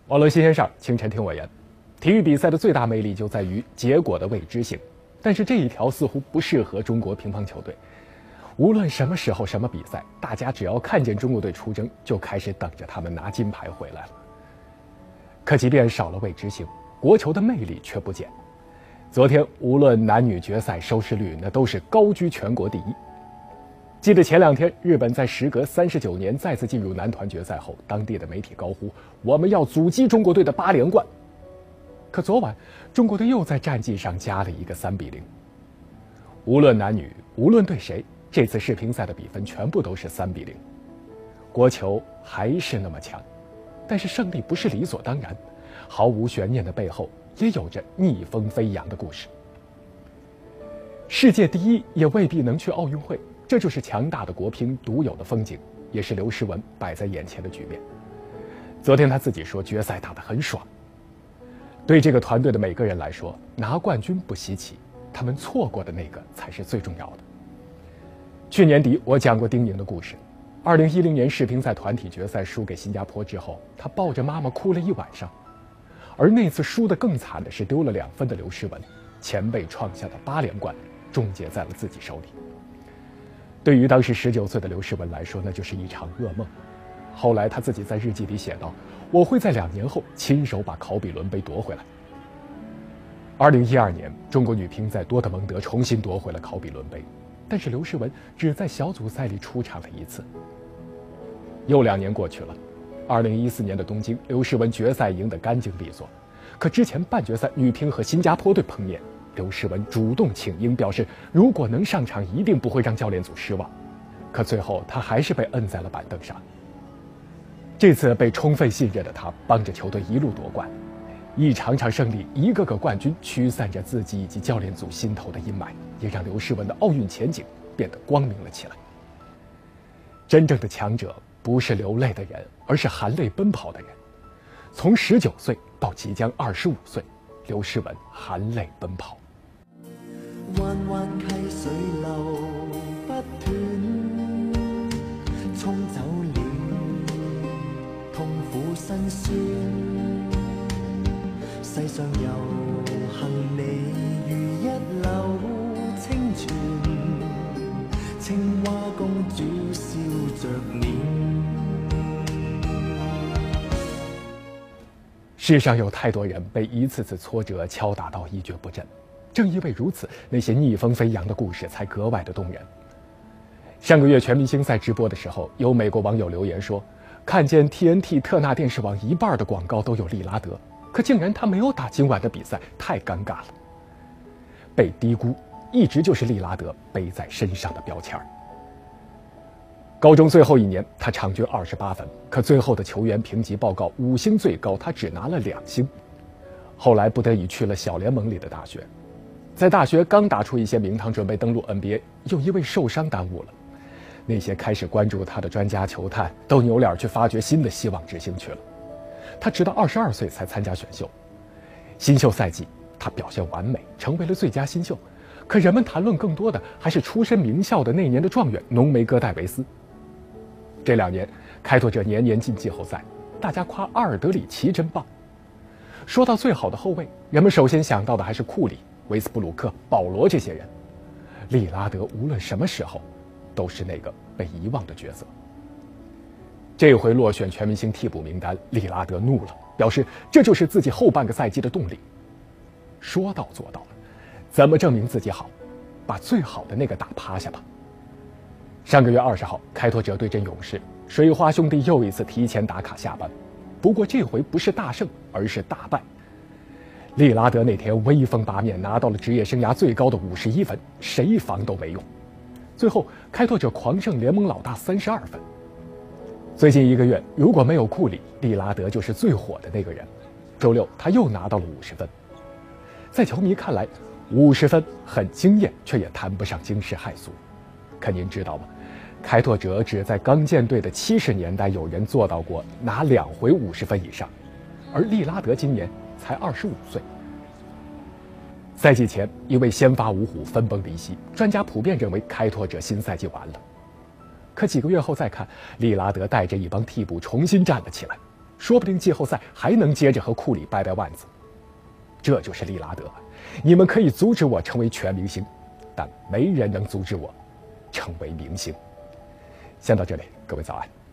网络新鲜事儿，清晨听我言。体育比赛的最大魅力就在于结果的未知性，但是这一条似乎不适合中国乒乓球队。无论什么时候、什么比赛，大家只要看见中国队出征，就开始等着他们拿金牌回来了。可即便少了未知性，国球的魅力却不减。昨天无论男女决赛收视率，那都是高居全国第一。记得前2天，日本在时隔39年再次进入男团决赛后，当地的媒体高呼“我们要阻击中国队的8连冠”。可昨晚，中国队又在战绩上加了一个3-0。无论男女，无论对谁，这次世乒赛的比分全部都是3-0。国球还是那么强，但是胜利不是理所当然，毫无悬念的背后也有着逆风飞扬的故事。世界第一也未必能去奥运会。这就是强大的国乒独有的风景，也是刘诗雯摆在眼前的局面。昨天他自己说，决赛打得很爽。对这个团队的每个人来说，拿冠军不稀奇，他们错过的那个才是最重要的。去年底我讲过丁宁的故事。2010年世乒赛团体决赛输给新加坡之后，他抱着妈妈哭了一晚上。而那次输得更惨的是丢了2分的刘诗雯，前辈创下的8连冠终结在了自己手里。对于当时19岁的刘诗雯来说，那就是一场噩梦。后来他自己在日记里写道：“我会在2年后亲手把考比伦杯夺回来。”2012年，中国女乒在多特蒙德重新夺回了考比伦杯，但是刘诗雯只在小组赛里出场了1次。又2年过去了，2014年的东京，刘诗雯决赛赢得干净利索，可之前半决赛女乒和新加坡队碰面，刘诗雯主动请缨，表示如果能上场，一定不会让教练组失望。可最后，她还是被摁在了板凳上。这次被充分信任的她，帮着球队一路夺冠，一场场胜利，一个个冠军，驱散着自己以及教练组心头的阴霾，也让刘诗雯的奥运前景变得光明了起来。真正的强者不是流泪的人，而是含泪奔跑的人。从19岁到即将25岁，刘诗雯含泪奔跑。 彎彎溪水流不斷，沖走了痛苦辛酸。世上有幸你如一縷清泉，青蛙公主笑着臉。 世上有太多人被一次次挫折敲打到一蹶不振。正因为如此，那些逆风飞扬的故事才格外的动人。上个月全明星赛直播的时候，有美国网友留言说，看见 TNT 特纳电视网1半的广告都有利拉德，可竟然他没有打今晚的比赛，太尴尬了。被低估一直就是利拉德背在身上的标签。高中最后1年，他场均28分，可最后的球员评级报告5星最高，他只拿了2星。后来不得已去了小联盟里的大学。在大学刚打出一些名堂，准备登陆 NBA， 又因为受伤耽误了。那些开始关注他的专家球探都扭脸去发掘新的希望之星去了。他直到22岁才参加选秀。新秀赛季，他表现完美，成为了最佳新秀。可人们谈论更多的还是出身名校的那年的状元浓眉哥戴维斯。这2年，开拓者年年进季后赛，大家夸阿尔德里奇真棒。说到最好的后卫，人们首先想到的还是库里、维斯布鲁克、保罗这些人。利拉德无论什么时候都是那个被遗忘的角色。这回落选全明星替补名单，利拉德怒了，表示这就是自己后半个赛季的动力。说到做到了，怎么证明自己好？把最好的那个打趴下吧。上个月20号，开拓者对阵勇士，水花兄弟又一次提前打卡下班，不过这回不是大胜，而是大败。利拉德那天威风八面，拿到了职业生涯最高的51分，谁防都没用。最后，开拓者狂胜联盟老大32分。最近1个月，如果没有库里，利拉德就是最火的那个人。周六，他又拿到了50分。在球迷看来，50分很惊艳，却也谈不上惊世骇俗。可您知道吗？开拓者只在刚建队的70年代有人做到过拿2回50分以上，而利拉德今年才25岁。赛季前，因为先发五虎分崩离析，专家普遍认为开拓者新赛季完了。可几个月后再看，利拉德带着一帮替补重新站了起来， 说不定季后赛还能接着和库里掰掰腕子。这就是利拉德，你们可以阻止我成为全明星，但没人能阻止我成为明星。先到这里，各位早安。